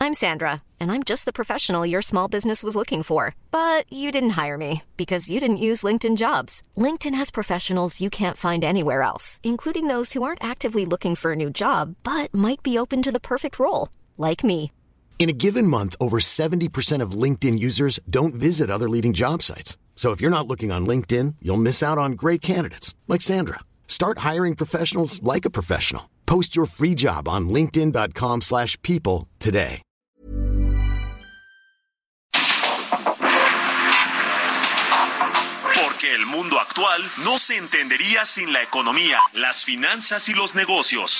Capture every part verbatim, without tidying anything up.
I'm Sandra, and I'm just the professional your small business was looking for. But you didn't hire me because you didn't use LinkedIn Jobs. LinkedIn has professionals you can't find anywhere else, including those who aren't actively looking for a new job, but might be open to the perfect role, like me. In a given month, over seventy percent of LinkedIn users don't visit other leading job sites. So if you're not looking on LinkedIn, you'll miss out on great candidates, like Sandra. Start hiring professionals like a professional. Post your free job on linkedin.com slash people today. Porque el mundo actual no se entendería sin la economía, las finanzas y los negocios.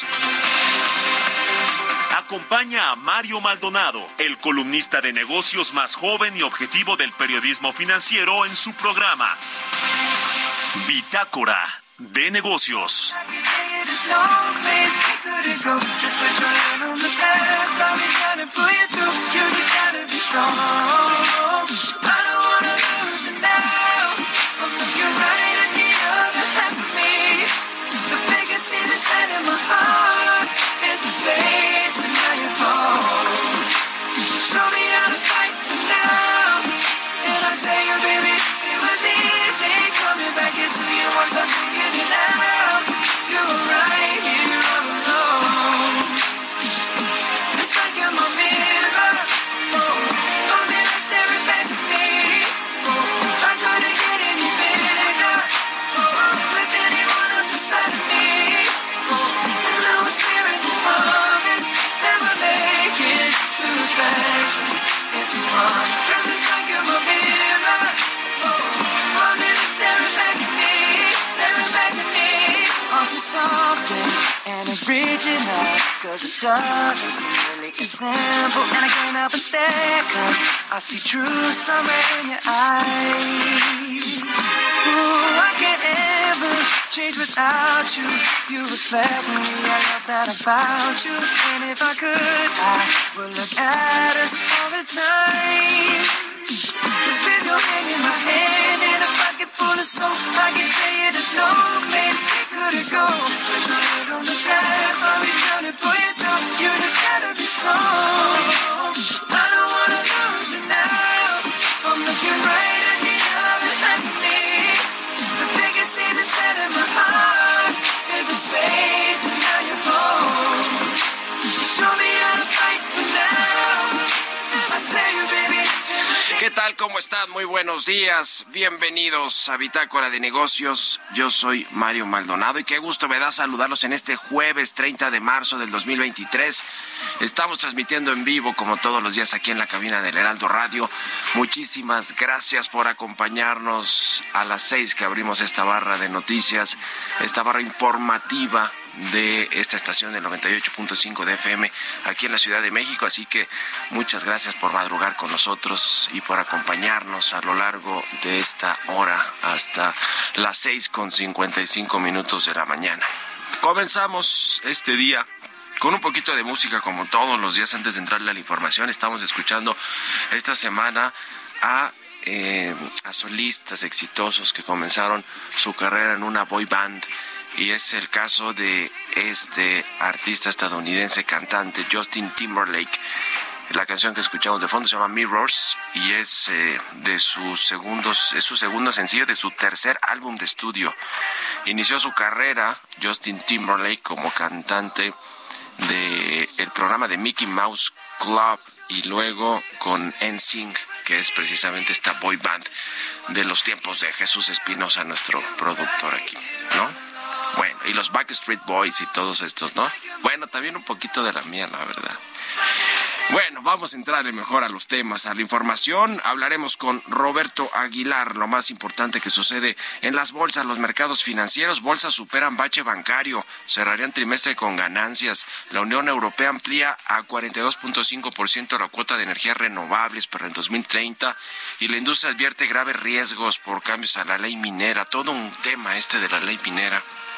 Acompaña a Mario Maldonado, el columnista de negocios más joven y objetivo del periodismo financiero, en su programa Bitácora de Negocios. Original, cause it doesn't seem really as simple. And I can't help but stare, cause I see true summer in your eyes. Ooh, I can't ever change without you. You reflect me, I love that about you. And if I could, I would look at us all the time. Cause with your hand in my hand and a pocket full of soap, I can tell you there's no place we couldn't go. Just put your head on the glass, I'll be trying to pull you through. You just gotta be strong. I don't wanna lose you now. I'm looking right at the other half of me. The biggest thing that's set in my heart is a space, and now you're home. Show me how to fight for now. I tell you, baby. ¿Qué tal? ¿Cómo están? Muy buenos días. Bienvenidos a Bitácora de Negocios. Yo soy Mario Maldonado y qué gusto me da saludarlos en este jueves treinta de marzo del dos mil veintitrés. Estamos transmitiendo en vivo como todos los días aquí en la cabina del Heraldo Radio. Muchísimas gracias por acompañarnos a las seis que abrimos esta barra de noticias, esta barra informativa de esta estación del noventa y ocho punto cinco de F M aquí en la Ciudad de México. Así que muchas gracias por madrugar con nosotros y por acompañarnos a lo largo de esta hora hasta las seis con cincuenta y cinco minutos de la mañana. Comenzamos este día con un poquito de música, como todos los días antes de entrarle a la información. Estamos escuchando esta semana a eh, a solistas exitosos que comenzaron su carrera en una boy band. Y es el caso de este artista estadounidense cantante Justin Timberlake. La canción que escuchamos de fondo se llama Mirrors y es eh, de sus segundos, es su segundo sencillo de su tercer álbum de estudio. Inició su carrera Justin Timberlake como cantante de el programa de Mickey Mouse Club y luego con N Sync, que es precisamente esta boy band de los tiempos de Jesús Espinosa, nuestro productor aquí, ¿no? Bueno, y los Backstreet Boys y todos estos, ¿no? Bueno, también un poquito de la mía, la verdad. Bueno, vamos a entrarle mejor a los temas, a la información. Hablaremos con Roberto Aguilar, lo más importante que sucede en las bolsas, los mercados financieros. Bolsas superan bache bancario, cerrarían trimestre con ganancias. La Unión Europea amplía a cuarenta y dos punto cinco por ciento la cuota de energías renovables para el dos mil treinta y la industria advierte graves riesgos por cambios a la ley minera. Todo un tema este de la ley minera.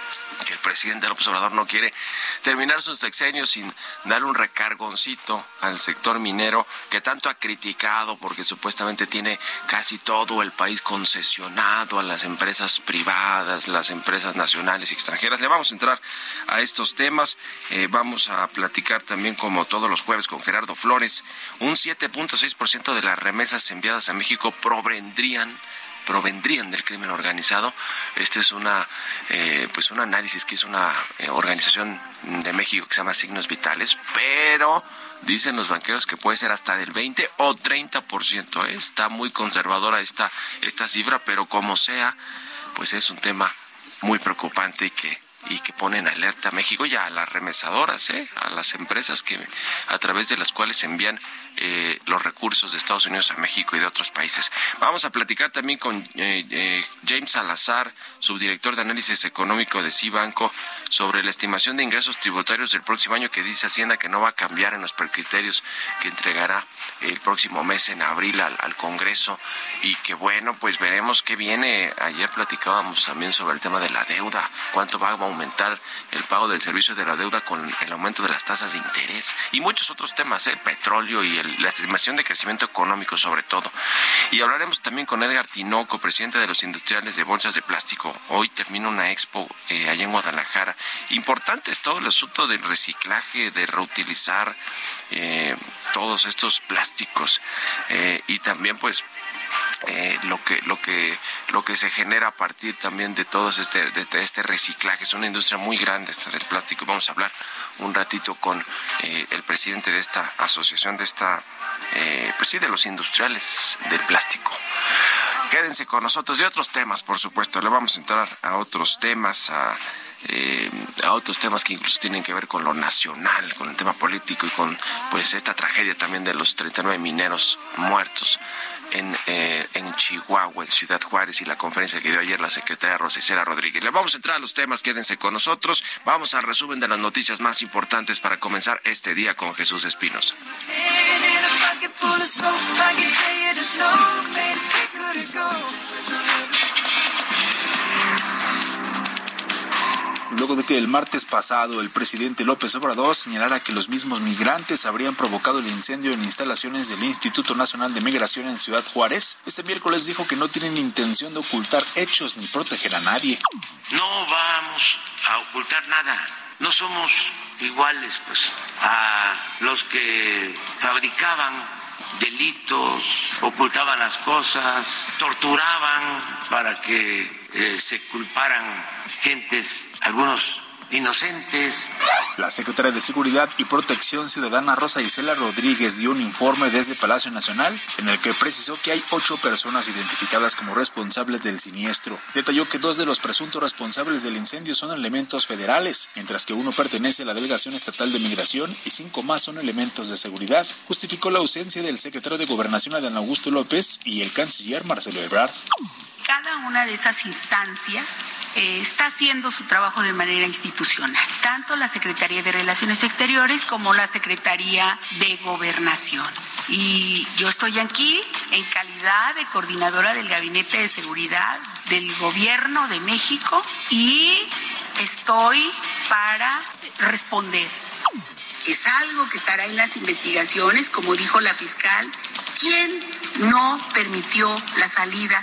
que el presidente López Obrador no quiere terminar su sexenio sin darle un recargoncito al sector minero que tanto ha criticado porque supuestamente tiene casi todo el país concesionado a las empresas privadas, las empresas nacionales y extranjeras. Le vamos a entrar a estos temas, eh, vamos a platicar también como todos los jueves con Gerardo Flores. Un siete punto seis por ciento de las remesas enviadas a México provendrían provendrían del crimen organizado. Este es una eh, pues un análisis que hizo una eh, organización de México que se llama Signos Vitales, pero dicen los banqueros que puede ser hasta del veinte o treinta por ciento. ¿eh? Está muy conservadora esta, esta cifra, pero como sea, pues es un tema muy preocupante y que y que pone en alerta a México y a las remesadoras, ¿eh? a las empresas que a través de las cuales envían eh, los recursos de Estados Unidos a México y de otros países. Vamos a platicar también con eh, eh, James Salazar, subdirector de análisis económico de Cibanco, sobre la estimación de ingresos tributarios del próximo año, que dice Hacienda que no va a cambiar en los precriterios que entregará el próximo mes en abril al, al Congreso, y que bueno, pues veremos qué viene. Ayer platicábamos también sobre el tema de la deuda, cuánto va a aumentar el pago del servicio de la deuda con el aumento de las tasas de interés y muchos otros temas, ¿eh? el petróleo y el, la estimación de crecimiento económico sobre todo. Y hablaremos también con Edgar Tinoco, presidente de los industriales de bolsas de plástico. Hoy termina una expo eh, allá en Guadalajara. Importante es todo el asunto del reciclaje, de reutilizar eh, todos estos plásticos eh, y también pues Eh, lo que lo que lo que se genera a partir también de todo este de, de este reciclaje. Es una industria muy grande esta del plástico. Vamos a hablar un ratito con eh, el presidente de esta asociación, de esta eh, pues sí, de los industriales del plástico. Quédense con nosotros. Y otros temas, por supuesto, le vamos a entrar a otros temas, a Eh, a otros temas que incluso tienen que ver con lo nacional, con el tema político y con pues esta tragedia también de los treinta y nueve mineros muertos en eh, en Chihuahua, en Ciudad Juárez, y la conferencia que dio ayer la secretaria Rosa Isela Rodríguez. Le vamos a entrar a los temas, quédense con nosotros. Vamos al resumen de las noticias más importantes para comenzar este día con Jesús Espinosa. Luego de que el martes pasado el presidente López Obrador señalara que los mismos migrantes habrían provocado el incendio en instalaciones del Instituto Nacional de Migración en Ciudad Juárez, este miércoles dijo que no tienen intención de ocultar hechos ni proteger a nadie. No vamos a ocultar nada. No somos iguales pues a los que fabricaban delitos, ocultaban las cosas, torturaban para que eh, se culparan gentes, algunos inocentes. La secretaria de Seguridad y Protección Ciudadana Rosa Isela Rodríguez dio un informe desde Palacio Nacional en el que precisó que hay ocho personas identificadas como responsables del siniestro. Detalló que dos de los presuntos responsables del incendio son elementos federales, mientras que uno pertenece a la Delegación Estatal de Migración y cinco más son elementos de seguridad. Justificó la ausencia del secretario de Gobernación Adán Augusto López y el canciller Marcelo Ebrard. Cada una de esas instancias eh, está haciendo su trabajo de manera institucional, tanto la Secretaría de Relaciones Exteriores como la Secretaría de Gobernación. Y yo estoy aquí en calidad de coordinadora del Gabinete de Seguridad del Gobierno de México y estoy para responder. Es algo que estará en las investigaciones, como dijo la fiscal, ¿quién no permitió la salida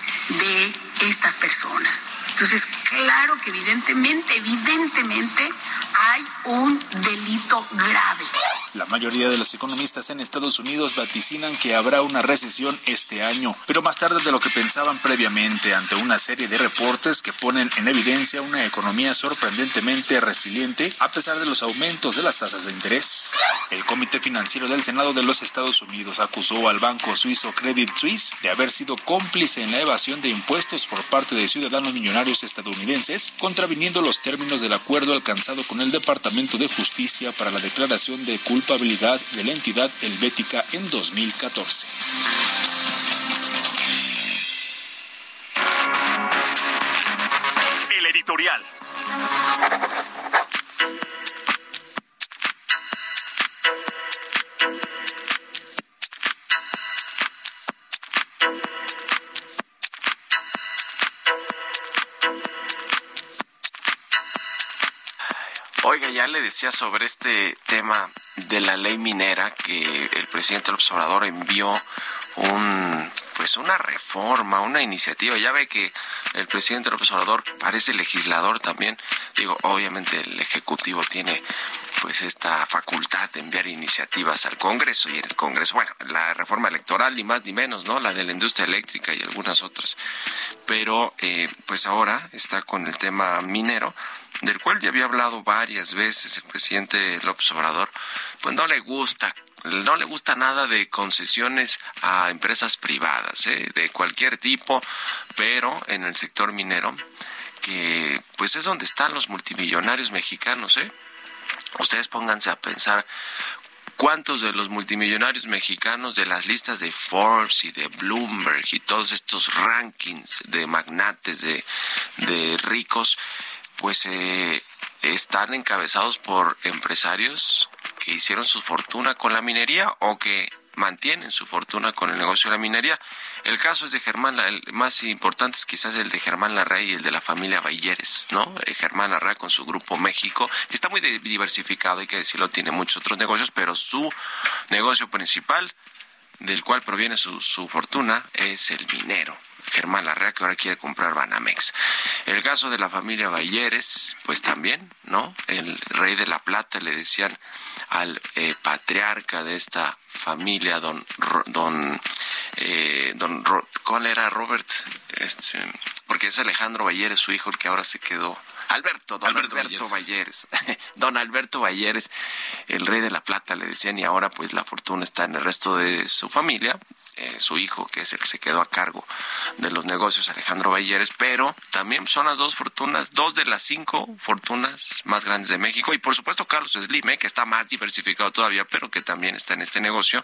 de estas personas? Entonces, claro que evidentemente, evidentemente hay un delito grave. La mayoría de los economistas en Estados Unidos vaticinan que habrá una recesión este año, pero más tarde de lo que pensaban previamente, ante una serie de reportes que ponen en evidencia una economía sorprendentemente resiliente a pesar de los aumentos de las tasas de interés. El Comité Financiero del Senado de los Estados Unidos acusó al banco suizo Credit Suisse de haber sido cómplice en la evasión de impuestos por parte de ciudadanos millonarios estadounidenses, contraviniendo los términos del acuerdo alcanzado con el Departamento de Justicia para la declaración de culpabilidad de la entidad helvética en dos mil catorce. El editorial. Oiga, ya le decía sobre este tema de la ley minera que el presidente López Obrador envió un pues una reforma, una iniciativa. Ya ve que el presidente López Obrador parece legislador también. Digo, obviamente el Ejecutivo tiene pues esta facultad de enviar iniciativas al Congreso, y en el Congreso, bueno, la reforma electoral ni más ni menos, ¿no? La de la industria eléctrica y algunas otras. Pero eh, pues ahora está con el tema minero, del cual ya había hablado varias veces el presidente López Obrador. Pues no le gusta No le gusta nada de concesiones a empresas privadas, ¿eh? De cualquier tipo, pero en el sector minero, que pues es donde están los multimillonarios mexicanos, ¿eh? Ustedes pónganse a pensar cuántos de los multimillonarios mexicanos de las listas de Forbes y de Bloomberg y todos estos rankings de magnates, de, de ricos, pues eh, están encabezados por empresarios que hicieron su fortuna con la minería o que mantienen su fortuna con el negocio de la minería. El caso es de Germán, el más importante es quizás el de Germán Larrea y el de la familia Bayeres, ¿no? Eh, Germán Larrea con su Grupo México, que está muy diversificado, hay que decirlo, tiene muchos otros negocios, pero su negocio principal, del cual proviene su, su fortuna, es el minero. Germán Larrea, que ahora quiere comprar Banamex. El caso de la familia Bayeres, pues también, ¿no? El rey de la plata, le decían al eh, patriarca de esta familia, don, don, eh, don, ¿cuál era? Robert, este, porque es Alejandro Bayeres, su hijo, el que ahora se quedó. Alberto, don Alberto, Alberto Bayeres. Don Alberto Bayeres, el rey de la plata, le decían, y ahora pues la fortuna está en el resto de su familia. Eh, su hijo, que es el que se quedó a cargo de los negocios, Alejandro Bayeres, pero también son las dos fortunas, dos de las cinco fortunas más grandes de México, y por supuesto Carlos Slim, eh, que está más diversificado todavía, pero que también está en este negocio.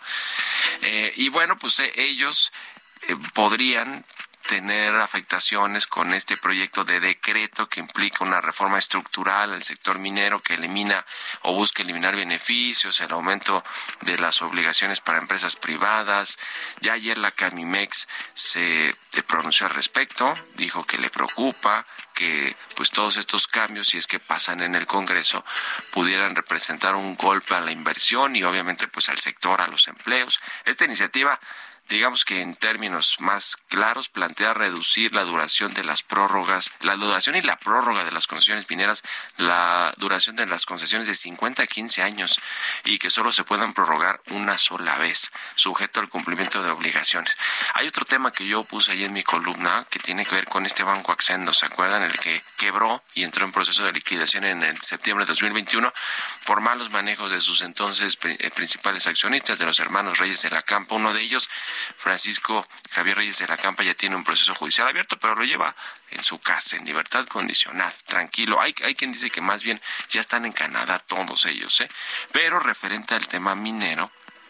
Eh, y bueno, pues eh, ellos eh, podrían tener afectaciones con este proyecto de decreto que implica una reforma estructural al sector minero que elimina o busca eliminar beneficios, el aumento de las obligaciones para empresas privadas. Ya ayer la Camimex se pronunció al respecto, dijo que le preocupa que pues todos estos cambios, si es que pasan en el Congreso, pudieran representar un golpe a la inversión y obviamente pues al sector, a los empleos. Esta iniciativa, digamos que en términos más claros, plantea reducir la duración de las prórrogas, la duración y la prórroga de las concesiones mineras, la duración de las concesiones de cincuenta a quince años y que solo se puedan prorrogar una sola vez, sujeto al cumplimiento de obligaciones. Hay otro tema que yo puse ahí en mi columna que tiene que ver con este Banco Accendo, ¿se acuerdan? El que quebró y entró en proceso de liquidación en el septiembre de dos mil veintiuno por malos manejos de sus entonces principales accionistas, de los hermanos Reyes de la Campa. Uno de ellos, Francisco Javier Reyes de la Campa, ya tiene un proceso judicial abierto, pero lo lleva en su casa, en libertad condicional, tranquilo. Hay, hay quien dice que más bien ya están en Canadá todos ellos, ¿eh? Pero referente al tema minero,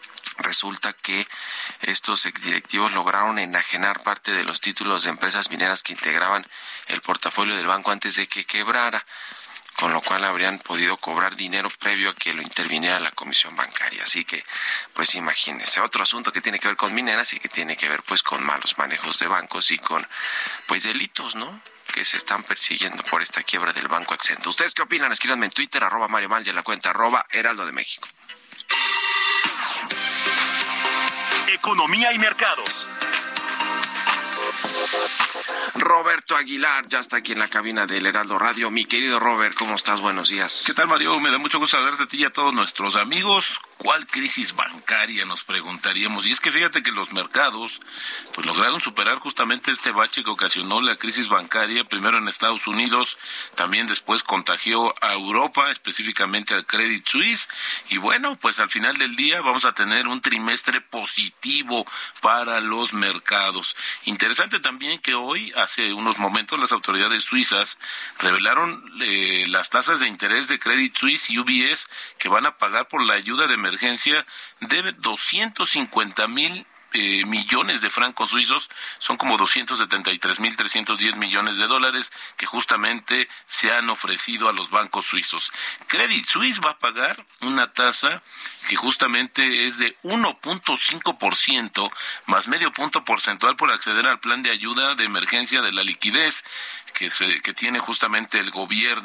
resulta que estos exdirectivos lograron enajenar parte de los títulos de empresas mineras que integraban el portafolio del banco antes de que quebrara, con lo cual habrían podido cobrar dinero previo a que lo interviniera la Comisión Bancaria. Así que, pues imagínense, otro asunto que tiene que ver con mineras y que tiene que ver pues con malos manejos de bancos y con pues delitos, ¿no?, que se están persiguiendo por esta quiebra del Banco Accendo. ¿Ustedes qué opinan? Escríbanme en Twitter, arroba Mario Mal, y en la cuenta arroba Heraldo de México. Economía y mercados. Roberto Aguilar ya está aquí en la cabina del Heraldo Radio. Mi querido Robert, ¿cómo estás? Buenos días. ¿Qué tal, Mario? Me da mucho gusto saludarte a ti y a todos nuestros amigos. ¿Cuál crisis bancaria?, nos preguntaríamos. Y es que fíjate que los mercados pues lograron superar justamente este bache que ocasionó la crisis bancaria, primero en Estados Unidos, también después contagió a Europa, específicamente al Credit Suisse. Y bueno, pues al final del día vamos a tener un trimestre positivo para los mercados. Interesante también que hoy, hace unos momentos, las autoridades suizas revelaron eh, las tasas de interés de Credit Suisse y U B S que van a pagar por la ayuda de emergencia de doscientos cincuenta mil Eh, millones de francos suizos, son como doscientos setenta y tres mil trescientos diez millones de dólares que justamente se han ofrecido a los bancos suizos. Credit Suisse va a pagar una tasa que justamente es de uno punto cinco por ciento más medio punto porcentual por acceder al plan de ayuda de emergencia de la liquidez que, se, que tiene justamente el gobierno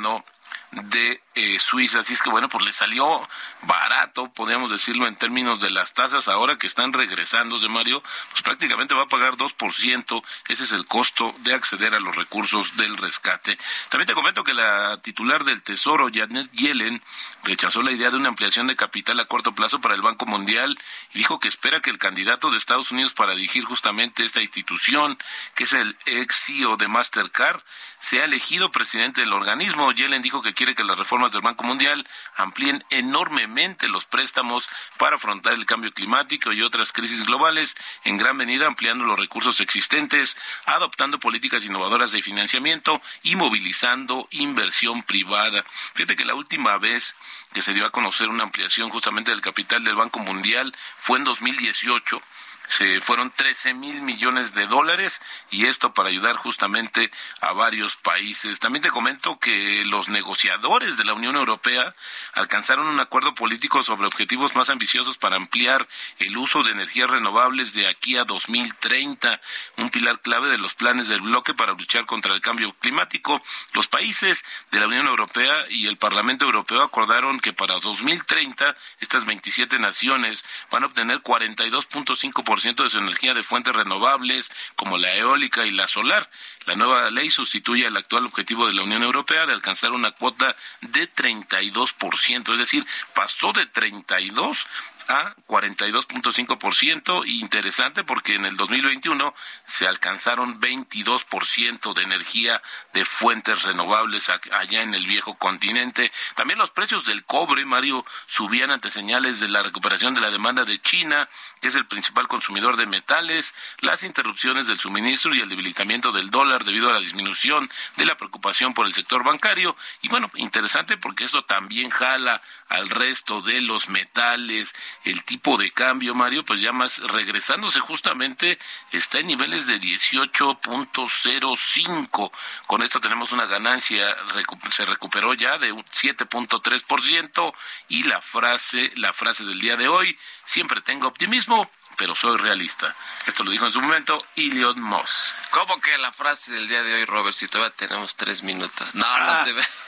de eh, Suiza. Así es que bueno, pues le salió barato, podríamos decirlo, en términos de las tasas ahora que están regresándose, Mario, pues prácticamente va a pagar dos por ciento. Ese es el costo de acceder a los recursos del rescate. También te comento que la titular del Tesoro, Janet Yellen, rechazó la idea de una ampliación de capital a corto plazo para el Banco Mundial y dijo que espera que el candidato de Estados Unidos para dirigir justamente esta institución, que es el ex C E O de Mastercard, sea elegido presidente del organismo. Yellen dijo que quiere que las reformas del Banco Mundial amplíen enormemente los préstamos para afrontar el cambio climático y otras crisis globales, en gran medida ampliando los recursos existentes, adoptando políticas innovadoras de financiamiento y movilizando inversión privada. Fíjate que la última vez que se dio a conocer una ampliación justamente del capital del Banco Mundial fue en dos mil dieciocho. Se fueron trece mil millones de dólares y esto para ayudar justamente a varios países. También te comento que los negociadores de la Unión Europea alcanzaron un acuerdo político sobre objetivos más ambiciosos para ampliar el uso de energías renovables de aquí a dos mil treinta, un pilar clave de los planes del bloque para luchar contra el cambio climático. Los países de la Unión Europea y el Parlamento Europeo acordaron que para dos mil treinta estas veintisiete naciones van a obtener cuarenta y dos punto cinco por ciento de su energía de fuentes renovables, como la eólica y la solar. La nueva ley sustituye al actual objetivo de la Unión Europea de alcanzar una cuota de treinta y dos por ciento, es decir, pasó de treinta y dos a cuarenta y dos punto cinco por ciento, y interesante porque en el dos mil veintiuno se alcanzaron veintidós por ciento de energía de fuentes renovables allá en el viejo continente. También los precios del cobre, Mario, subían ante señales de la recuperación de la demanda de China, que es el principal consumidor de metales, las interrupciones del suministro y el debilitamiento del dólar debido a la disminución de la preocupación por el sector bancario. Y bueno, interesante porque esto también jala al resto de los metales. El tipo de cambio, Mario, pues ya más regresándose justamente, está en niveles de dieciocho punto cero cinco. Con esto tenemos una ganancia, se recuperó ya de un siete punto tres por ciento, y la frase, la frase del día de hoy: siempre tengo optimismo, pero soy realista. Esto lo dijo en su momento Elon Musk. ¿Cómo que la frase del día de hoy, Robert? Si todavía tenemos tres minutos. No, ah. no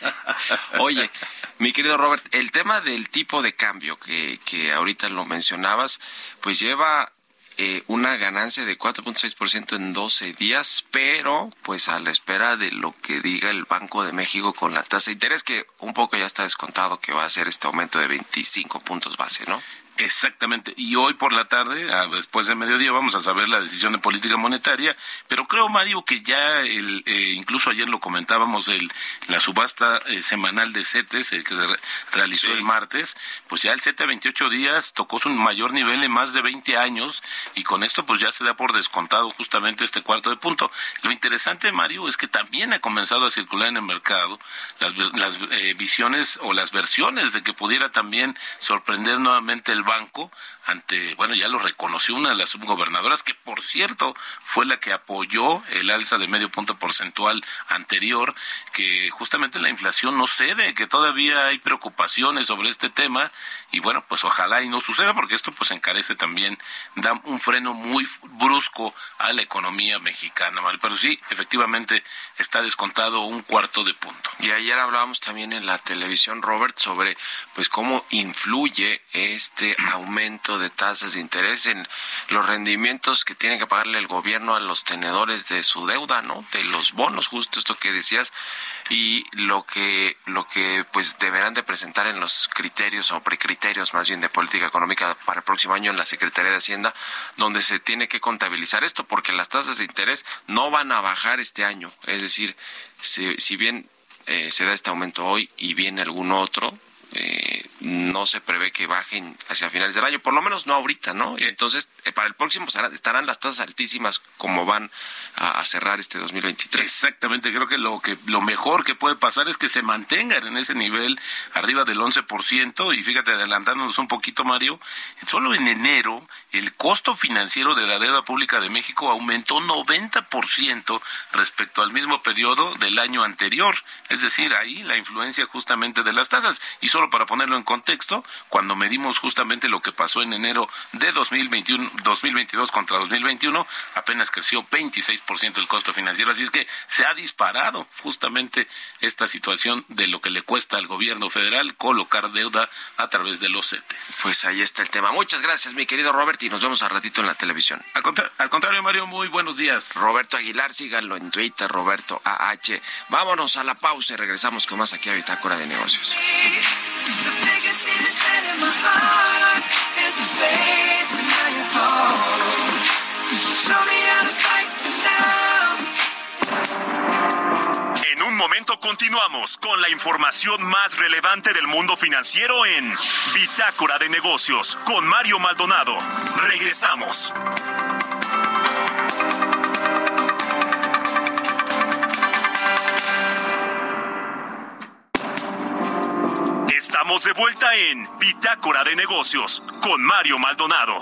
te... Oye, mi querido Robert, el tema del tipo de cambio que, que ahorita lo mencionabas, pues lleva eh, una ganancia de cuatro punto seis por ciento en doce días, pero pues a la espera de lo que diga el Banco de México con la tasa de interés, que un poco ya está descontado que va a ser este aumento de veinticinco puntos base, ¿no? Exactamente, y hoy por la tarde, después de mediodía, vamos a saber la decisión de política monetaria, pero creo, Mario, que ya, el, eh, incluso ayer lo comentábamos, el, la subasta eh, semanal de CETES, el que se re realizó sí. el martes, pues ya el CETE a veintiocho días tocó su mayor nivel en más de veinte años, y con esto pues ya se da por descontado justamente este cuarto de punto. Lo interesante, Mario, es que también ha comenzado a circular en el mercado las, las eh, visiones o las versiones de que pudiera también sorprender nuevamente el banco ante, bueno, ya lo reconoció una de las subgobernadoras, que por cierto fue la que apoyó el alza de medio punto porcentual anterior, que justamente la inflación no cede, que todavía hay preocupaciones sobre este tema, y bueno, pues ojalá y no suceda, porque esto pues encarece también, da un freno muy brusco a la economía mexicana, ¿vale? Pero sí, efectivamente está descontado un cuarto de punto. Y ayer hablábamos también en la televisión, Robert, sobre pues cómo influye este aumento de tasas de interés en los rendimientos que tiene que pagarle el gobierno a los tenedores de su deuda, ¿no? De los bonos, justo esto que decías, y lo que lo que pues deberán de presentar en los criterios o precriterios más bien de política económica para el próximo año en la Secretaría de Hacienda, donde se tiene que contabilizar esto, porque las tasas de interés no van a bajar este año. Es decir, si, si bien eh, se da este aumento hoy y viene algún otro, Eh, no se prevé que bajen hacia finales del año, por lo menos no ahorita, ¿no? Y entonces, eh, para el próximo estarán las tasas altísimas como van a, a cerrar este dos mil veintitrés. Exactamente, creo que lo que lo mejor que puede pasar es que se mantengan en ese nivel arriba del once por ciento, y fíjate, adelantándonos un poquito, Mario, solo en enero el costo financiero de la deuda pública de México aumentó noventa por ciento respecto al mismo periodo del año anterior. Es decir, ahí la influencia justamente de las tasas. Y solo para ponerlo en contexto, cuando medimos justamente lo que pasó en enero de dos mil veintiuno, dos mil veintidós contra dos mil veintiuno, apenas creció veintiséis por ciento el costo financiero. Así es que se ha disparado justamente esta situación de lo que le cuesta al gobierno federal colocar deuda a través de los CETES. Pues ahí está el tema. Muchas gracias, mi querido Robert, y nos vemos al ratito en la televisión. Al, contra- al contrario, Mario, muy buenos días. Roberto Aguilar, síganlo en Twitter, Roberto A H. Vámonos a la pausa y regresamos con más aquí a Bitácora de Negocios. En un momento continuamos con la información más relevante del mundo financiero en Bitácora de Negocios con Mario Maldonado. Regresamos. Estamos de vuelta en Bitácora de Negocios con Mario Maldonado.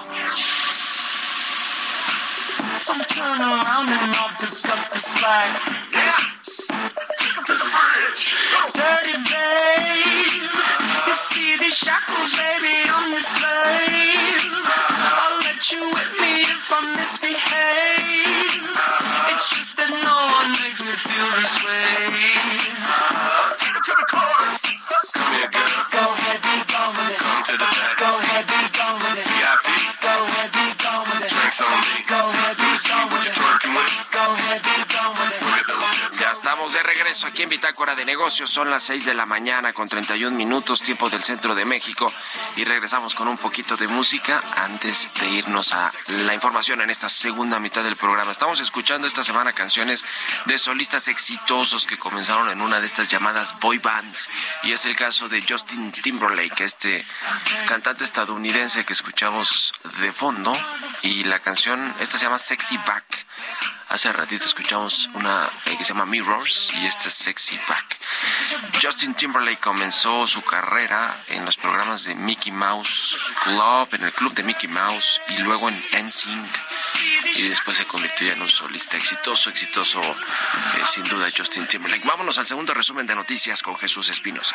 So turn around and I'll pick up the slack. Yeah. Take up this bridge. Dirty babe. You see these shackles, baby, I'm your slave. I'll let you whip me if I misbehave. It's just that no one makes me feel this way. Take it to the chorus. Come here, girl. Go ahead, be gone with it. Come to the back. Go ahead, be gone with it. V I P. Go ahead, be gone with it. Drinks on me. Go ahead, be gone with it. Go ahead, be gone with it. Ya estamos de regreso aquí en Bitácora de Negocios. Son las seis de la mañana con treinta y un minutos, tiempo del centro de México. Y regresamos con un poquito de música antes de irnos a la información en esta segunda mitad del programa. Estamos escuchando esta semana canciones de solistas exitosos que comenzaron en una de estas llamadas boy bands. Y es el caso de Justin Timberlake, este cantante estadounidense que escuchamos de fondo. Y la canción, esta se llama Sexy Back. Hace ratito escuchamos una eh, que se llama Mirrors y esta es Sexy Back. Justin Timberlake comenzó su carrera en los programas de Mickey Mouse Club, en el club de Mickey Mouse y luego en N Sync. Y después se convirtió ya en un solista exitoso, exitoso eh, sin duda Justin Timberlake. Vámonos al segundo resumen de noticias con Jesús Espinosa.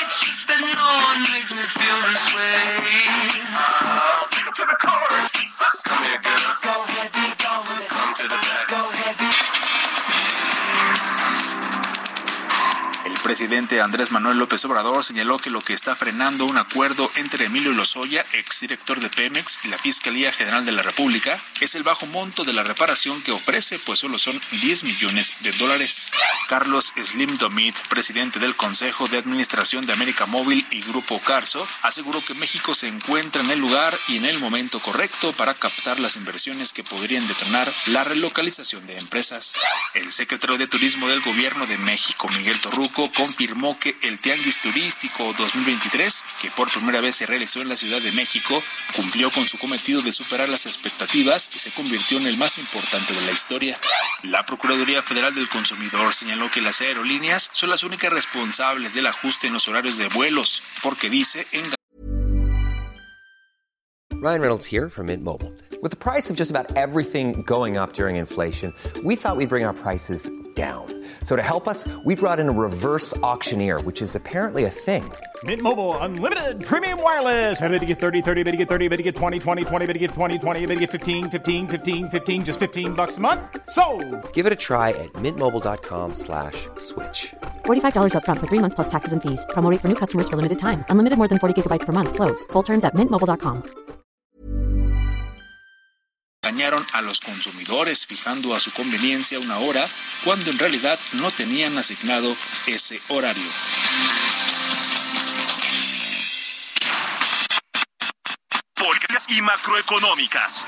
El presidente Andrés Manuel López Obrador señaló que lo que está frenando un acuerdo entre Emilio Lozoya, exdirector de Pemex, y la Fiscalía General de la República es el bajo monto de la reparación que ofrece, pues solo son diez millones de dólares. Carlos Slim Domit, presidente del Consejo de Administración de América Móvil y Grupo Carso, aseguró que México se encuentra en el lugar y en el momento correcto para captar las inversiones que podrían detonar la relocalización de empresas. El secretario de Turismo del Gobierno de México, Miguel Torruco, confirmó que el Tianguis Turístico dos mil veintitrés, que por primera vez se realizó en la Ciudad de México, cumplió con su cometido de superar las expectativas y se convirtió en el más importante de la historia. La Procuraduría Federal del Consumidor señaló que las aerolíneas son las únicas responsables del ajuste en los horarios de vuelos, porque dice en Ryan Reynolds here from Mint Mobile. With the price of just about everything going up during inflation, we thought we'd bring our prices down. So to help us, we brought in a reverse auctioneer, which is apparently a thing. Mint Mobile Unlimited Premium Wireless. How to get thirty, thirty, how to get thirty, how to get twenty, twenty, twenty, how to get twenty, twenty, how to get fifteen, fifteen, fifteen, fifteen, just fifteen bucks a month? Sold! Give it a try at mintmobile.com slash switch. forty-five dollars up front for three months plus taxes and fees. Promo rate for new customers for limited time. Unlimited more than forty gigabytes per month. Slows full terms at mint mobile dot com. engañaron a los consumidores fijando a su conveniencia una hora cuando en realidad no tenían asignado ese horario. Políticas y macroeconómicas.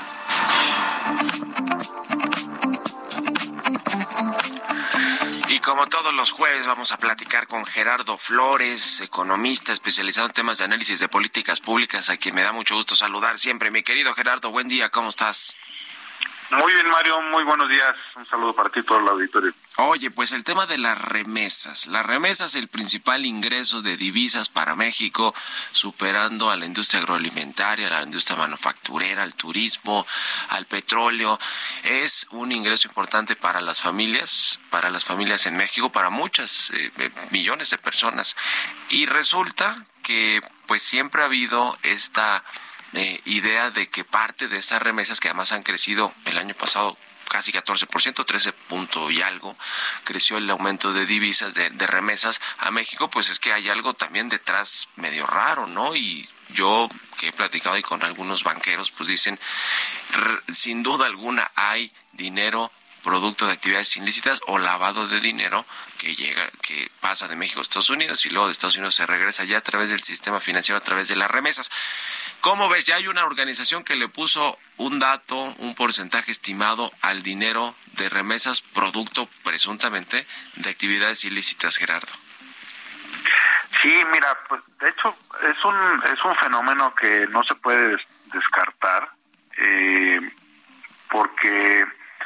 Y como todos los jueves vamos a platicar con Gerardo Flores, economista especializado en temas de análisis de políticas públicas, a quien me da mucho gusto saludar siempre. Mi querido Gerardo, buen día, ¿cómo estás? Muy bien, Mario, muy buenos días. Un saludo para ti y todo el auditorio. Oye, pues el tema de las remesas. Las remesas, el principal ingreso de divisas para México, superando a la industria agroalimentaria, a la industria manufacturera, al turismo, al petróleo. Es un ingreso importante para las familias, para las familias en México, para muchas, eh, millones de personas. Y resulta que pues siempre ha habido esta Eh, idea de que parte de esas remesas, que además han crecido el año pasado casi catorce por ciento, trece punto y algo, creció el aumento de divisas, de, de remesas a México, pues es que hay algo también detrás medio raro, ¿no? Y yo que he platicado ahí con algunos banqueros, pues dicen, r- sin duda alguna hay dinero producto de actividades ilícitas o lavado de dinero que llega, que pasa de México a Estados Unidos y luego de Estados Unidos se regresa ya a través del sistema financiero, a través de las remesas. ¿Cómo ves? Ya hay una organización que le puso un dato, un porcentaje estimado al dinero de remesas producto presuntamente de actividades ilícitas, Gerardo. Sí, mira, pues de hecho es un es un fenómeno que no se puede des- descartar, eh, porque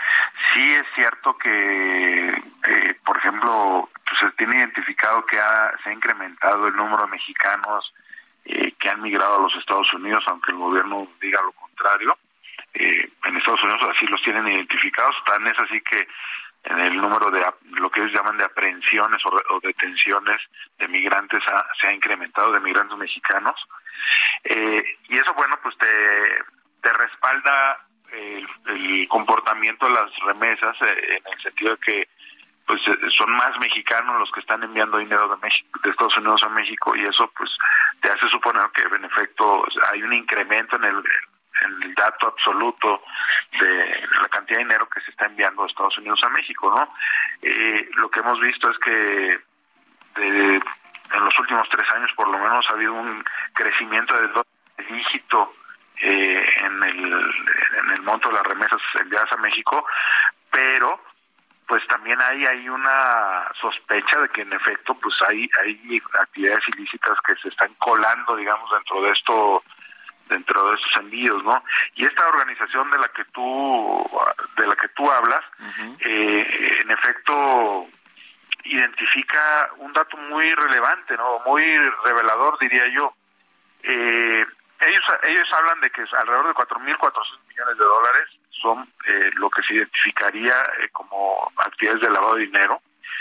sí es cierto que, eh, por ejemplo, pues se tiene identificado que ha, se ha incrementado el número de mexicanos eh, que han migrado a los Estados Unidos, aunque el gobierno diga lo contrario. Eh, en Estados Unidos así los tienen identificados, tan es así que en el número de lo que ellos llaman de aprehensiones o, o detenciones de migrantes ha, se ha incrementado, de migrantes mexicanos. Eh, y eso, bueno, pues te, te respalda el, el comportamiento de las remesas, eh, en el sentido de que pues son más mexicanos los que están enviando dinero de México, de Estados Unidos a México, y eso pues te hace suponer que en efecto hay un incremento en el, en el dato absoluto de la cantidad de dinero que se está enviando de Estados Unidos a México, ¿no? Eh, lo que hemos visto es que de, en los últimos tres años por lo menos ha habido un crecimiento de dos dígitos eh, en el en el monto de las remesas enviadas a México, pero pues también hay hay una sospecha de que en efecto pues hay hay actividades ilícitas que se están colando, digamos, dentro de esto dentro de estos envíos, ¿no? Y esta organización de la que tú de la que tú hablas, uh-huh. eh, en efecto identifica un dato muy relevante, ¿no? Muy revelador, diría yo. Eh, ellos ellos hablan de que alrededor de cuatro mil cuatrocientos millones de dólares son eh, lo que se identificaría eh, como actividades de lavado de dinero.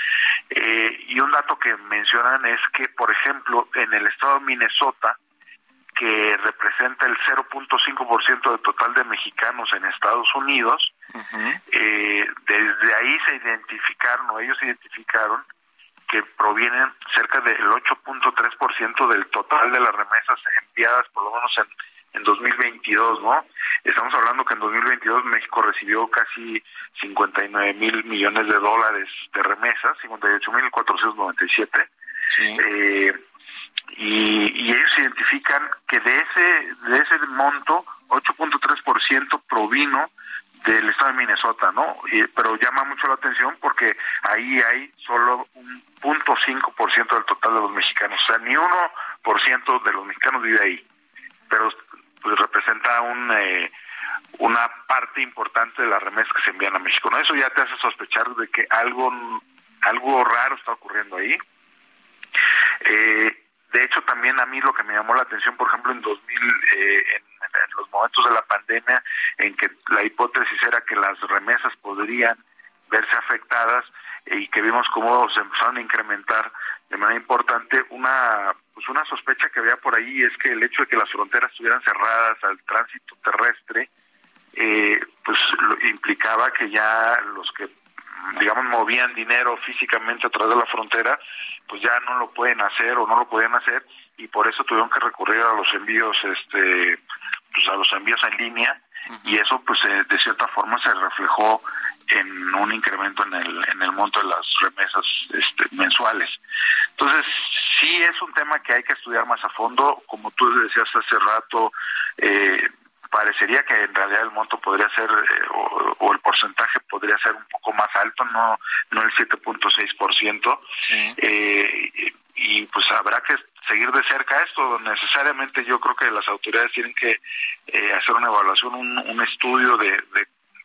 Eh, y un dato que mencionan es que, por ejemplo, en el estado de Minnesota, que representa el cero punto cinco por ciento del total de mexicanos en Estados Unidos, uh-huh. eh, desde ahí se identificaron, o ellos identificaron, que provienen cerca del ocho punto tres por ciento del total de las remesas enviadas, por lo menos en, en dos mil veintidós, ¿no? Estamos hablando que en dos mil veintidós México recibió casi cincuenta y nueve mil millones de dólares de remesas, cincuenta y ocho mil cuatrocientos noventa y siete. Sí. Eh, y, y ellos identifican que de ese de ese monto, ocho punto tres por ciento provino del estado de Minnesota, ¿no? Y, pero llama mucho la atención porque ahí hay solo un punto cinco por ciento del total de los mexicanos, o sea, ni uno por ciento de los mexicanos vive ahí, pero pues representa un eh, una parte importante de las remesas que se envían a México, ¿no? Eso ya te hace sospechar de que algo algo raro está ocurriendo ahí. Eh, de hecho, también a mí lo que me llamó la atención, por ejemplo, en dos mil, eh, en, en los momentos de la pandemia, en que la hipótesis era que las remesas podrían verse afectadas eh, y que vimos cómo se empezaron a incrementar de manera importante, una pues una sospecha que había por ahí es que el hecho de que las fronteras estuvieran cerradas al tránsito terrestre, eh, pues lo, implicaba que ya los que digamos movían dinero físicamente a través de la frontera, pues ya no lo pueden hacer o no lo podían hacer, y por eso tuvieron que recurrir a los envíos, este, pues a los envíos en línea, uh-huh. y eso pues eh, de cierta forma se reflejó en un incremento en el en el monto de las remesas este, mensuales. Entonces sí es un tema que hay que estudiar más a fondo, como tú decías hace rato. eh, Parecería que en realidad el monto podría ser, eh, o, o el porcentaje podría ser un poco más alto, no no el siete punto seis por ciento. Sí. Eh, y, y pues habrá que seguir de cerca esto. Necesariamente yo creo que las autoridades tienen que eh, hacer una evaluación, un, un estudio de, de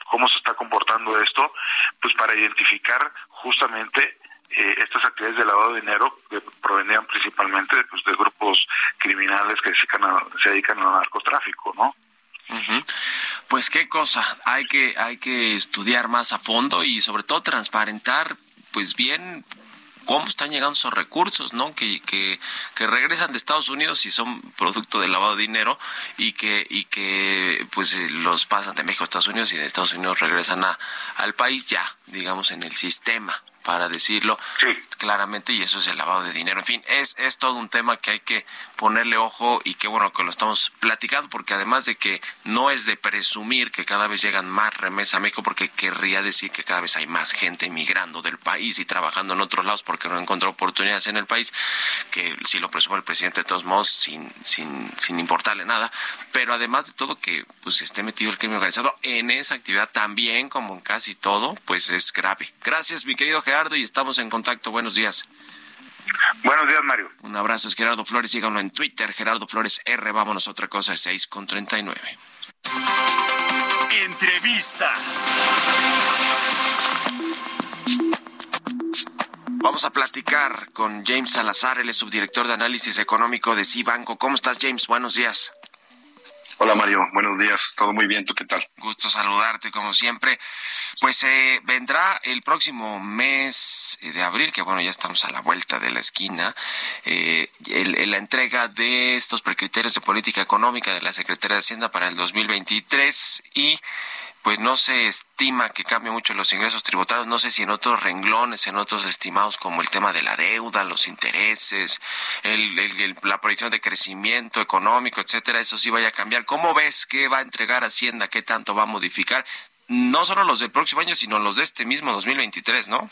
cómo se está comportando esto, pues para identificar justamente eh, estas actividades de lavado de dinero que provenían principalmente pues, de grupos criminales que se dedican, a, se dedican al narcotráfico, ¿no? Uh-huh. Pues qué cosa, hay que hay que estudiar más a fondo y sobre todo transparentar pues bien cómo están llegando esos recursos, ¿no? Que, que, que regresan de Estados Unidos y son producto del lavado de dinero y que y que pues los pasan de México a Estados Unidos y de Estados Unidos regresan a al país ya, digamos, en el sistema, para decirlo sí. claramente, y eso es el lavado de dinero. En fin, es es todo un tema que hay que ponerle ojo y qué bueno que lo estamos platicando, porque además de que no es de presumir que cada vez llegan más remesas a México, porque querría decir que cada vez hay más gente emigrando del país y trabajando en otros lados porque no encontró oportunidades en el país, que sí lo presume el presidente de todos modos, sin sin sin importarle nada, pero además de todo que pues esté metido el crimen organizado en esa actividad también, como en casi todo, pues es grave. Gracias, mi querido Gerardo, y estamos en contacto. Buenos días. Buenos días, Mario. Un abrazo, es Gerardo Flores, síganlo en Twitter, Gerardo Flores R. Vámonos a otra cosa, seis con treinta y nueve. Entrevista. Vamos a platicar con James Salazar, él es subdirector de análisis económico de Cibanco. ¿Cómo estás, James? Buenos días. Hola Mario, buenos días, todo muy bien, ¿tú qué tal? Gusto saludarte como siempre. Pues eh, vendrá el próximo mes de abril, que bueno, ya estamos a la vuelta de la esquina, eh, el, el, la entrega de estos precriterios de política económica de la Secretaría de Hacienda para el dos mil veintitrés y pues no se estima que cambie mucho los ingresos tributarios, no sé si en otros renglones, en otros estimados como el tema de la deuda, los intereses, el, el, el, la proyección de crecimiento económico, etcétera, eso sí vaya a cambiar. ¿Cómo ves qué va a entregar Hacienda, qué tanto va a modificar? No solo los del próximo año, sino los de este mismo dos mil veintitrés, ¿no?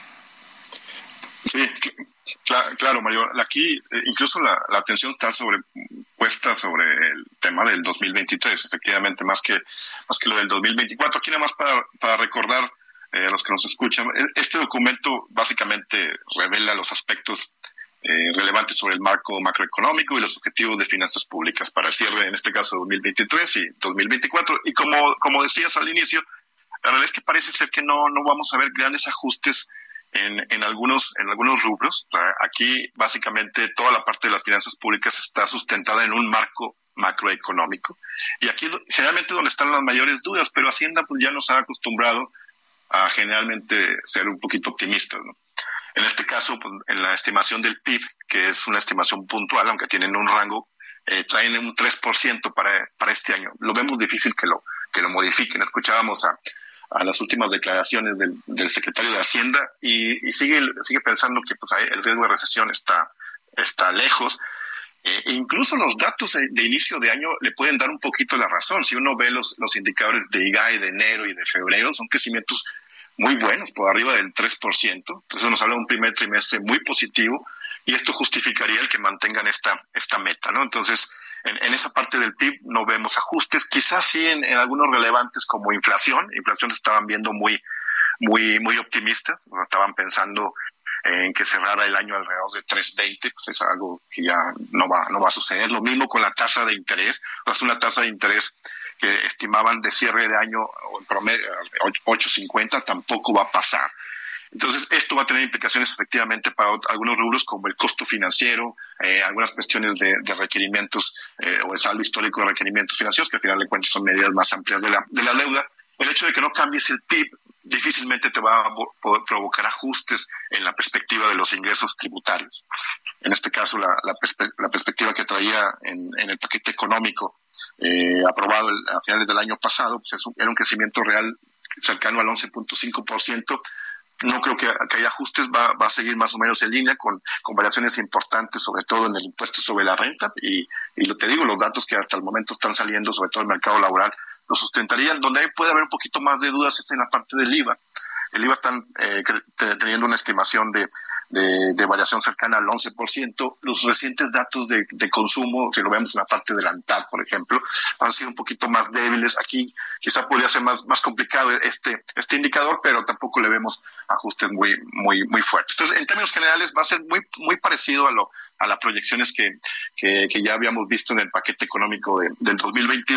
Sí, claro, claro Mario. Aquí eh, incluso la, la atención está sobre puesta sobre el tema del dos mil veintitrés, efectivamente, más que más que lo del dos mil veinticuatro. Aquí nada más para, para recordar eh, a los que nos escuchan, este documento básicamente revela los aspectos eh, relevantes sobre el marco macroeconómico y los objetivos de finanzas públicas para el cierre, en este caso dos mil veintitrés y dos mil veinticuatro. Y como, como decías al inicio, la verdad es que parece ser que no, no vamos a ver grandes ajustes En, en algunos en algunos rubros. O sea, aquí básicamente toda la parte de las finanzas públicas está sustentada en un marco macroeconómico y aquí generalmente donde están las mayores dudas, pero Hacienda pues ya nos ha acostumbrado a generalmente ser un poquito optimistas, ¿no? En este caso, pues, en la estimación del P I B, que es una estimación puntual, aunque tienen un rango, eh, traen un tres por ciento para para este año. Lo vemos difícil que lo que lo modifiquen. Escuchábamos a a las últimas declaraciones del, del secretario de Hacienda y, y sigue sigue pensando que pues el riesgo de recesión está está lejos. Eh, e incluso los datos de inicio de año le pueden dar un poquito la razón. Si uno ve los los indicadores de I G A I de enero y de febrero, son crecimientos muy buenos, por arriba del tres por ciento. Entonces nos habla de un primer trimestre muy positivo y esto justificaría el que mantengan esta esta meta, ¿no? Entonces, En, en esa parte del P I B no vemos ajustes, quizás sí en, en algunos relevantes como inflación. Inflación estaban viendo muy, muy, muy optimistas, estaban pensando en que cerrara el año alrededor de tres punto veinte, pues es algo que ya no va, no va a suceder. Lo mismo con la tasa de interés, es una tasa de interés que estimaban de cierre de año en promedio ocho punto cincuenta, tampoco va a pasar. Entonces, esto va a tener implicaciones efectivamente para algunos rubros como el costo financiero, eh, algunas cuestiones de, de requerimientos eh, o el saldo histórico de requerimientos financieros, que al final de cuentas son medidas más amplias de la, de la deuda. El hecho de que no cambies el P I B difícilmente te va a poder provocar ajustes en la perspectiva de los ingresos tributarios. En este caso, la, la, perspe- la perspectiva que traía en, en el paquete económico eh, aprobado el, a finales del año pasado, pues es un, era un crecimiento real cercano al once punto cinco por ciento. No creo que, que haya ajustes, va, va a seguir más o menos en línea con, con variaciones importantes, sobre todo en el impuesto sobre la renta. Y, y lo te digo, los datos que hasta el momento están saliendo, sobre todo el mercado laboral, lo sustentarían. Donde puede haber un poquito más de dudas es en la parte del I V A. El I V A están eh, teniendo una estimación de, de, de variación cercana al once por ciento. Los recientes datos de, de consumo, si lo vemos en la parte del ANTAD, por ejemplo, han sido un poquito más débiles. Aquí quizá podría ser más, más complicado este, este indicador, pero tampoco le vemos ajustes muy, muy, muy fuertes. Entonces, en términos generales, va a ser muy, muy parecido a lo, a las proyecciones que, que, que ya habíamos visto en el paquete económico de, del dos mil veintidós.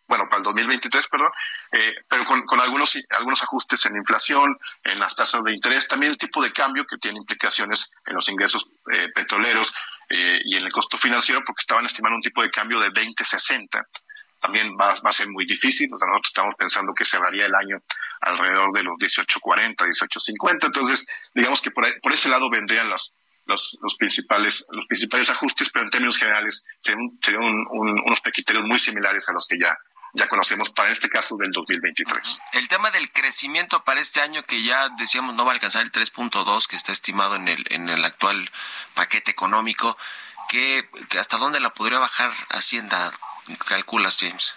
bueno, para el dos mil veintitrés, perdón, eh, pero con, con algunos algunos ajustes en inflación, en las tasas de interés, también el tipo de cambio que tiene implicaciones en los ingresos eh, petroleros eh, y en el costo financiero, porque estaban estimando un tipo de cambio de veinte sesenta. También va, va a ser muy difícil. O sea, nosotros estamos pensando que cerraría el año alrededor de los dieciocho cuarenta, dieciocho cincuenta. Entonces, digamos que por, ahí, por ese lado vendrían los, los, los principales los principales ajustes, pero en términos generales serían, serían un, un, unos criterios muy similares a los que ya ya conocemos para este caso del dos mil veintitrés. El tema del crecimiento para este año, que ya decíamos no va a alcanzar el tres punto dos que está estimado en el en el actual paquete económico, que, que hasta dónde la podría bajar Hacienda, calculas, James?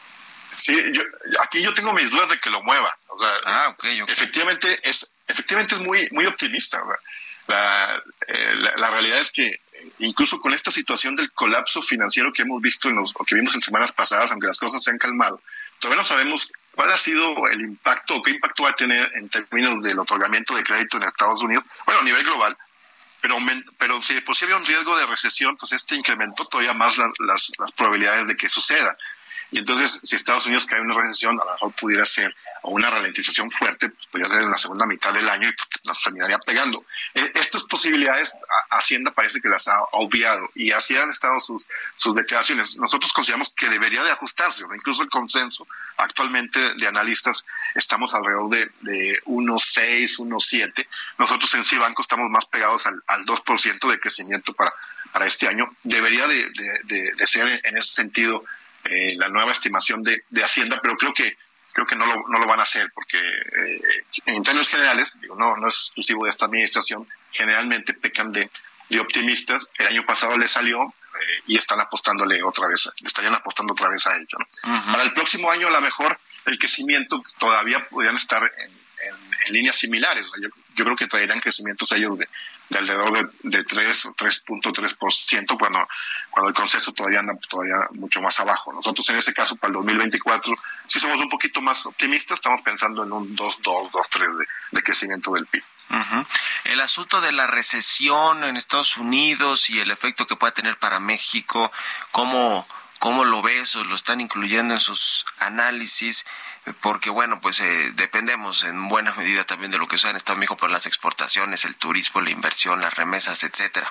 Sí, yo, aquí yo tengo mis dudas de que lo mueva. O sea, ah, okay, okay. efectivamente es efectivamente es muy muy optimista. La, eh, la, la realidad es que incluso con esta situación del colapso financiero que hemos visto en los, o que vimos en semanas pasadas, aunque las cosas se han calmado, todavía no sabemos cuál ha sido el impacto o qué impacto va a tener en términos del otorgamiento de crédito en Estados Unidos, bueno, a nivel global, pero pero si por si había un riesgo de recesión, pues este incrementó todavía más la, las, las probabilidades de que suceda. Y entonces, si Estados Unidos cae en una recesión, a lo mejor pudiera ser o una ralentización fuerte, pues podría ser en la segunda mitad del año y pues, nos terminaría pegando. Eh, estas posibilidades, Hacienda parece que las ha obviado y así han estado sus, sus declaraciones. Nosotros consideramos que debería de ajustarse, ¿no? Incluso el consenso actualmente de analistas estamos alrededor de, de uno punto seis, uno punto siete. Nosotros en Cibanco estamos más pegados al, al dos por ciento de crecimiento para, para este año. Debería de, de, de, de ser en ese sentido Eh, la nueva estimación de, de Hacienda, pero creo que creo que no lo, no lo van a hacer porque eh, en términos generales, digo, no, no es exclusivo de esta administración, generalmente pecan de, de optimistas. El año pasado les salió eh, y están apostándole otra vez, estarían apostando otra vez a ello, ¿no? Uh-huh. Para el próximo año, a lo mejor el crecimiento todavía podrían estar en, en, en líneas similares. Yo, yo creo que traerán crecimientos ellos de de alrededor de, de tres o tres punto tres por ciento cuando, cuando el consenso todavía anda todavía mucho más abajo. Nosotros en ese caso para el dos mil veinticuatro sí somos un poquito más optimistas, estamos pensando en un dos punto dos, dos punto tres de, de crecimiento del P I B. Uh-huh. El asunto de la recesión en Estados Unidos y el efecto que pueda tener para México, ¿cómo, cómo lo ves o lo están incluyendo en sus análisis? Porque, bueno, pues eh, dependemos en buena medida también de lo que sucede en Estados Unidos por las exportaciones, el turismo, la inversión, las remesas, etcétera.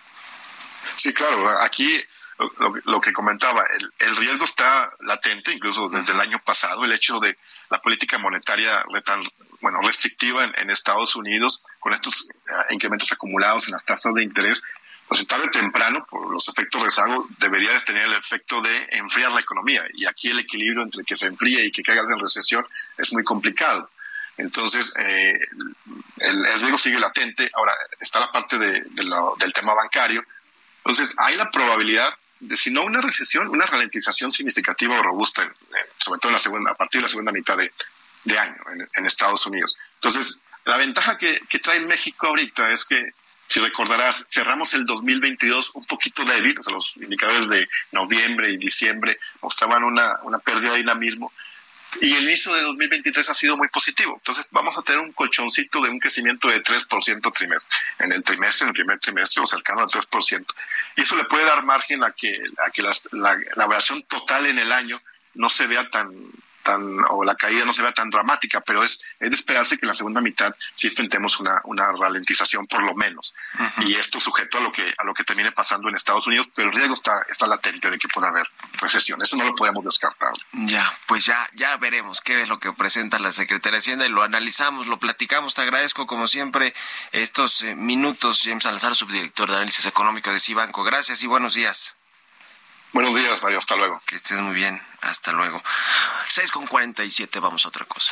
Sí, claro. Aquí lo, lo que comentaba, el, el riesgo está latente, incluso desde el año pasado. El hecho de la política monetaria retan, bueno, restrictiva en, en Estados Unidos, con estos uh, incrementos acumulados en las tasas de interés, pues tarde o temprano, por los efectos rezago, debería de tener el efecto de enfriar la economía. Y aquí el equilibrio entre que se enfríe y que caiga en recesión es muy complicado. Entonces, eh, el, el riesgo sigue latente. Ahora, está la parte de, de lo, del tema bancario. Entonces, hay la probabilidad de, si no una recesión, una ralentización significativa o robusta, eh, sobre todo en la segunda, a partir de la segunda mitad de, de año en, en Estados Unidos. Entonces, la ventaja que, que trae México ahorita es que, si recordarás, cerramos el dos mil veintidós un poquito débil, o sea, los indicadores de noviembre y diciembre mostraban una, una pérdida de dinamismo, y el inicio de dos mil veintitrés ha sido muy positivo. Entonces vamos a tener un colchoncito de un crecimiento de tres por ciento trimestre, en el trimestre, en el primer trimestre, o cercano al tres por ciento. Y eso le puede dar margen a que, a que las, la, la variación total en el año no se vea tan... Tan, o la caída no se vea tan dramática, pero es, es de esperarse que en la segunda mitad sí enfrentemos una, una ralentización por lo menos. Uh-huh. Y esto sujeto a lo que a lo que termine pasando en Estados Unidos, pero el riesgo está, está latente de que pueda haber recesión. Eso no lo podemos descartar. Ya, pues ya, ya veremos qué es lo que presenta la Secretaría de Hacienda y lo analizamos, lo platicamos. Te agradezco como siempre estos eh, minutos, James Salazar, subdirector de análisis económico de Cibanco. Gracias y buenos días. Buenos días, Mario. Hasta luego. Que estés muy bien. Hasta luego. seis con cuarenta y siete. Vamos a otra cosa.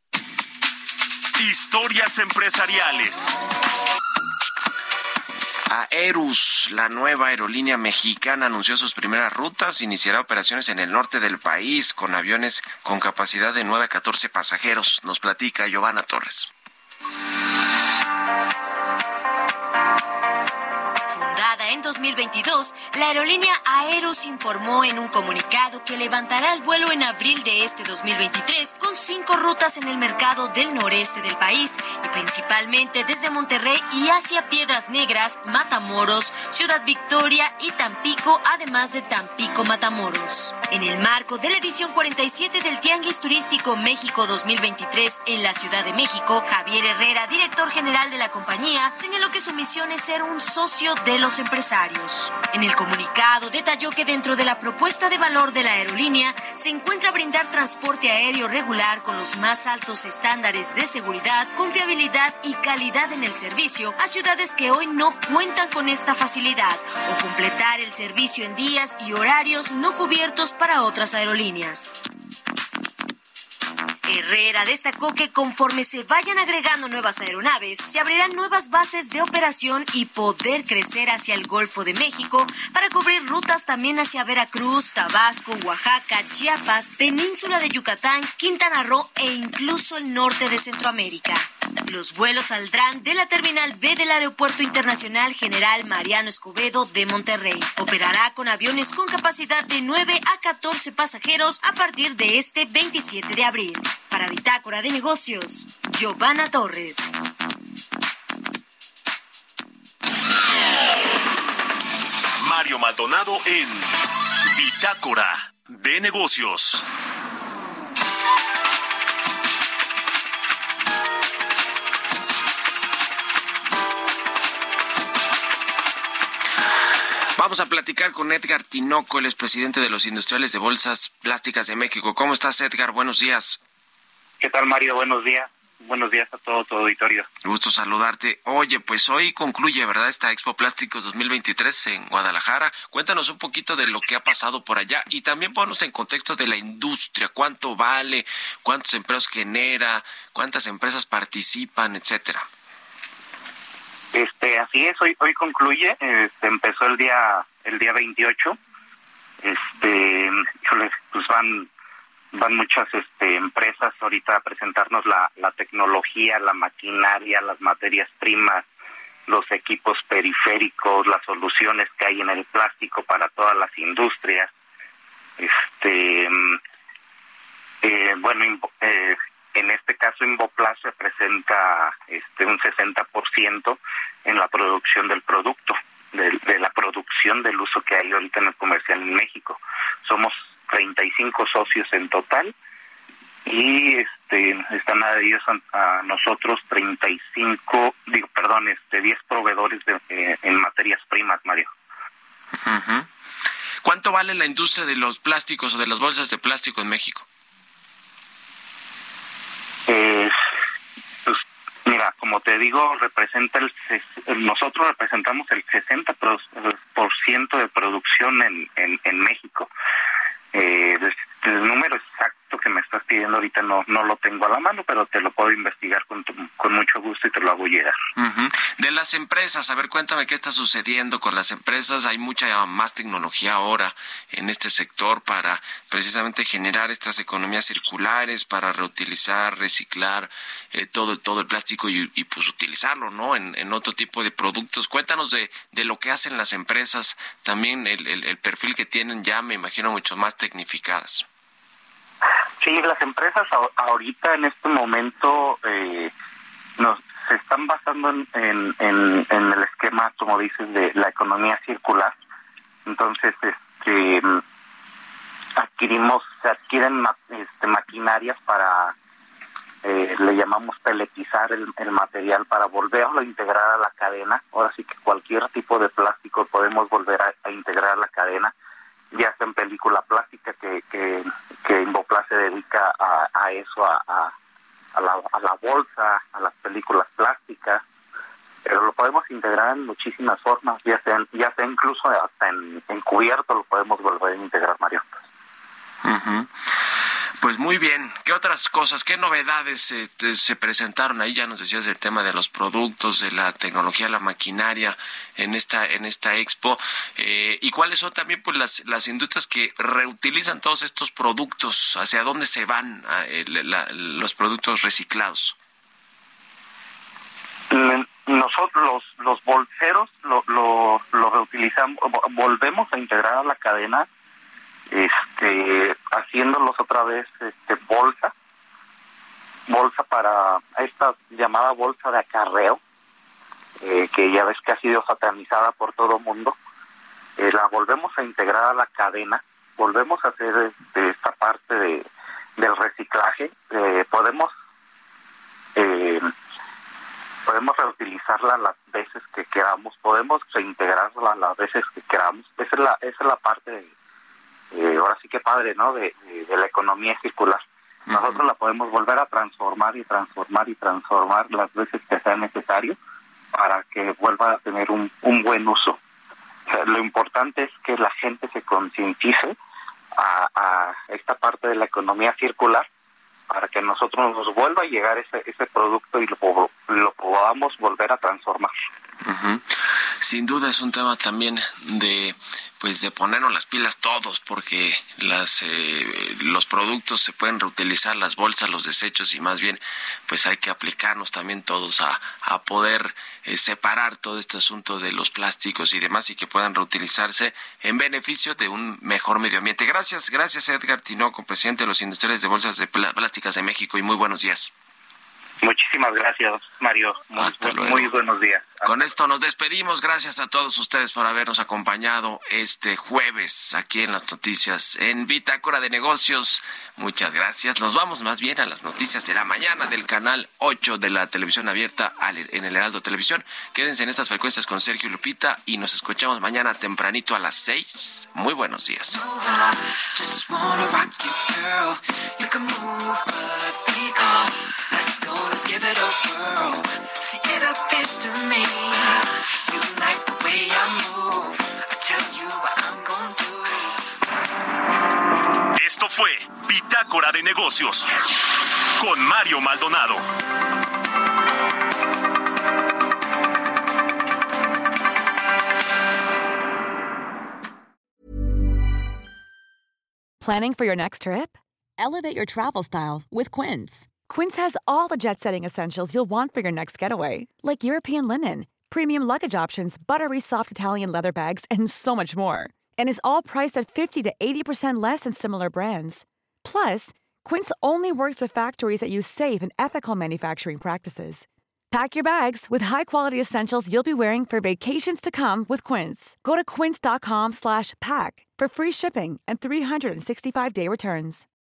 Historias empresariales. Aerus, la nueva aerolínea mexicana, anunció sus primeras rutas. Iniciará operaciones en el norte del país con aviones con capacidad de nueve a catorce pasajeros. Nos platica Giovanna Torres. En dos dos mil veintidós, la aerolínea Aeros informó en un comunicado que levantará el vuelo en abril de este dos mil veintitrés con cinco rutas en el mercado del noreste del país y principalmente desde Monterrey y hacia Piedras Negras, Matamoros, Ciudad Victoria y Tampico, además de Tampico-Matamoros. En el marco de la edición cuarenta y siete del Tianguis Turístico México dos mil veintitrés en la Ciudad de México, Javier Herrera, director general de la compañía, señaló que su misión es ser un socio de los empresarios. En el comunicado detalló que dentro de la propuesta de valor de la aerolínea se encuentra brindar transporte aéreo regular con los más altos estándares de seguridad, confiabilidad y calidad en el servicio a ciudades que hoy no cuentan con esta facilidad o completar el servicio en días y horarios no cubiertos para otras aerolíneas. Herrera destacó que conforme se vayan agregando nuevas aeronaves, se abrirán nuevas bases de operación y poder crecer hacia el Golfo de México para cubrir rutas también hacia Veracruz, Tabasco, Oaxaca, Chiapas, Península de Yucatán, Quintana Roo e incluso el norte de Centroamérica. Los vuelos saldrán de la Terminal B del Aeropuerto Internacional General Mariano Escobedo de Monterrey. Operará con aviones con capacidad de nueve a catorce pasajeros a partir de este veintisiete de abril. Para Bitácora de Negocios, Giovanna Torres. Mario Maldonado en Bitácora de Negocios. Vamos a platicar con Edgar Tinoco, el expresidente de los Industriales de Bolsas Plásticas de México. ¿Cómo estás, Edgar? Buenos días. ¿Qué tal, Mario? Buenos días. Buenos días a todo tu auditorio. Gusto saludarte. Oye, pues hoy concluye, ¿verdad?, esta Expo Plásticos dos mil veintitrés en Guadalajara. Cuéntanos un poquito de lo que ha pasado por allá y también ponnos en contexto de la industria. ¿Cuánto vale? ¿Cuántos empleos genera? ¿Cuántas empresas participan? Etcétera. Este, así es, hoy hoy concluye, este, empezó el día el día veintiocho. Este, híjoles, pues van van muchas este empresas ahorita a presentarnos la la tecnología, la maquinaria, las materias primas, los equipos periféricos, las soluciones que hay en el plástico para todas las industrias. Este eh, bueno, eh, en este caso, Invoplas representa este, un sesenta por ciento en la producción del producto, de, de la producción del uso que hay ahorita en el comercial en México. Somos treinta y cinco socios en total y este, están adheridos a, a nosotros treinta y cinco, digo, perdón, este, diez proveedores de, eh, en materias primas, Mario. Uh-huh. ¿Cuánto vale la industria de los plásticos o de las bolsas de plástico en México? Eh, pues mira, como te digo, representa el nosotros representamos el sesenta por ciento de producción en, en, en México. Eh, el número exacto que me estás pidiendo ahorita no no lo tengo a la mano, pero te lo puedo investigar con tu, con mucho gusto y te lo hago llegar. Uh-huh. De las empresas, a ver, cuéntame qué está sucediendo con las empresas. Hay mucha más tecnología ahora en este sector para precisamente generar estas economías circulares, para reutilizar, reciclar eh, todo todo el plástico y, y pues utilizarlo, ¿no?, en, en otro tipo de productos. Cuéntanos de, de lo que hacen las empresas, también el, el, el perfil que tienen ya, me imagino, mucho más tecnificadas. Sí, las empresas ahorita en este momento eh, nos se están basando en, en, en, en el esquema, como dices, de la economía circular. Entonces, este, adquirimos, se adquieren ma, este, maquinarias para, eh, le llamamos peletizar el, el material para volverlo a integrar a la cadena. Ahora sí que cualquier tipo de plástico podemos volver a, a integrar a la cadena, ya sea en película plástica, que que, que Invoplas se dedica a, a eso, a, a, a, la, a la bolsa, a las películas plásticas, pero lo podemos integrar en muchísimas formas, ya sea, ya sea incluso hasta en, en cubierto lo podemos volver a integrar, Mario. Uh-huh. Pues muy bien. ¿Qué otras cosas, qué novedades eh, te, se presentaron ahí? Ya nos decías del tema de los productos, de la tecnología, la maquinaria en esta en esta expo. Eh, ¿Y cuáles son también pues las las industrias que reutilizan todos estos productos? ¿Hacia dónde se van eh, la, los productos reciclados? nosotros los, los bolseros lo, lo, lo reutilizamos, volvemos a integrar a la cadena, este, haciéndolos otra vez este, bolsa, bolsa para esta llamada bolsa de acarreo, eh, que ya ves que ha sido satanizada por todo el mundo. Eh, la volvemos a integrar a la cadena, volvemos a hacer este, esta parte de, del reciclaje. Eh, podemos eh, podemos reutilizarla las veces que queramos, podemos reintegrarla las veces que queramos. Esa es la, esa es la parte, eh, ahora sí que padre, ¿no?, de, de, de la economía circular. Nosotros uh-huh. la podemos volver a transformar y transformar y transformar las veces que sea necesario para que vuelva a tener un, un buen uso. O sea, lo importante es que la gente se concientice a, a esta parte de la economía circular para que nosotros nos vuelva a llegar ese ese producto y lo, lo podamos volver a transformar. Uh-huh. Sin duda es un tema también de pues de ponernos las pilas todos, porque las eh, los productos se pueden reutilizar, las bolsas, los desechos, y más bien pues hay que aplicarnos también todos a, a poder eh, separar todo este asunto de los plásticos y demás, y que puedan reutilizarse en beneficio de un mejor medio ambiente. Gracias, gracias Edgar Tinoco, presidente de los industriales de bolsas de pl- plásticas de México, y muy buenos días. Muchísimas gracias, Mario. Muy, Hasta luego. Muy buenos días. Con esto nos despedimos. Gracias a todos ustedes por habernos acompañado este jueves aquí en las noticias en Bitácora de Negocios. Muchas gracias. Nos vamos más bien a las noticias de la mañana del canal ocho de la televisión abierta en el Heraldo Televisión. Quédense en estas frecuencias con Sergio y Lupita y nos escuchamos mañana tempranito a las seis. Muy buenos días. Let's give it a whirl. See, it appears to me you like the way I move. I tell you what I'm gonna do. Esto fue Bitácora de Negocios con Mario Maldonado. Planning for your next trip? Elevate your travel style with Quince. Quince has all the jet-setting essentials you'll want for your next getaway, like European linen, premium luggage options, buttery soft Italian leather bags, and so much more. And is all priced at fifty to eighty percent less than similar brands. Plus, Quince only works with factories that use safe and ethical manufacturing practices. Pack your bags with high-quality essentials you'll be wearing for vacations to come with Quince. Go to quince.com slash pack for free shipping and three sixty-five day returns.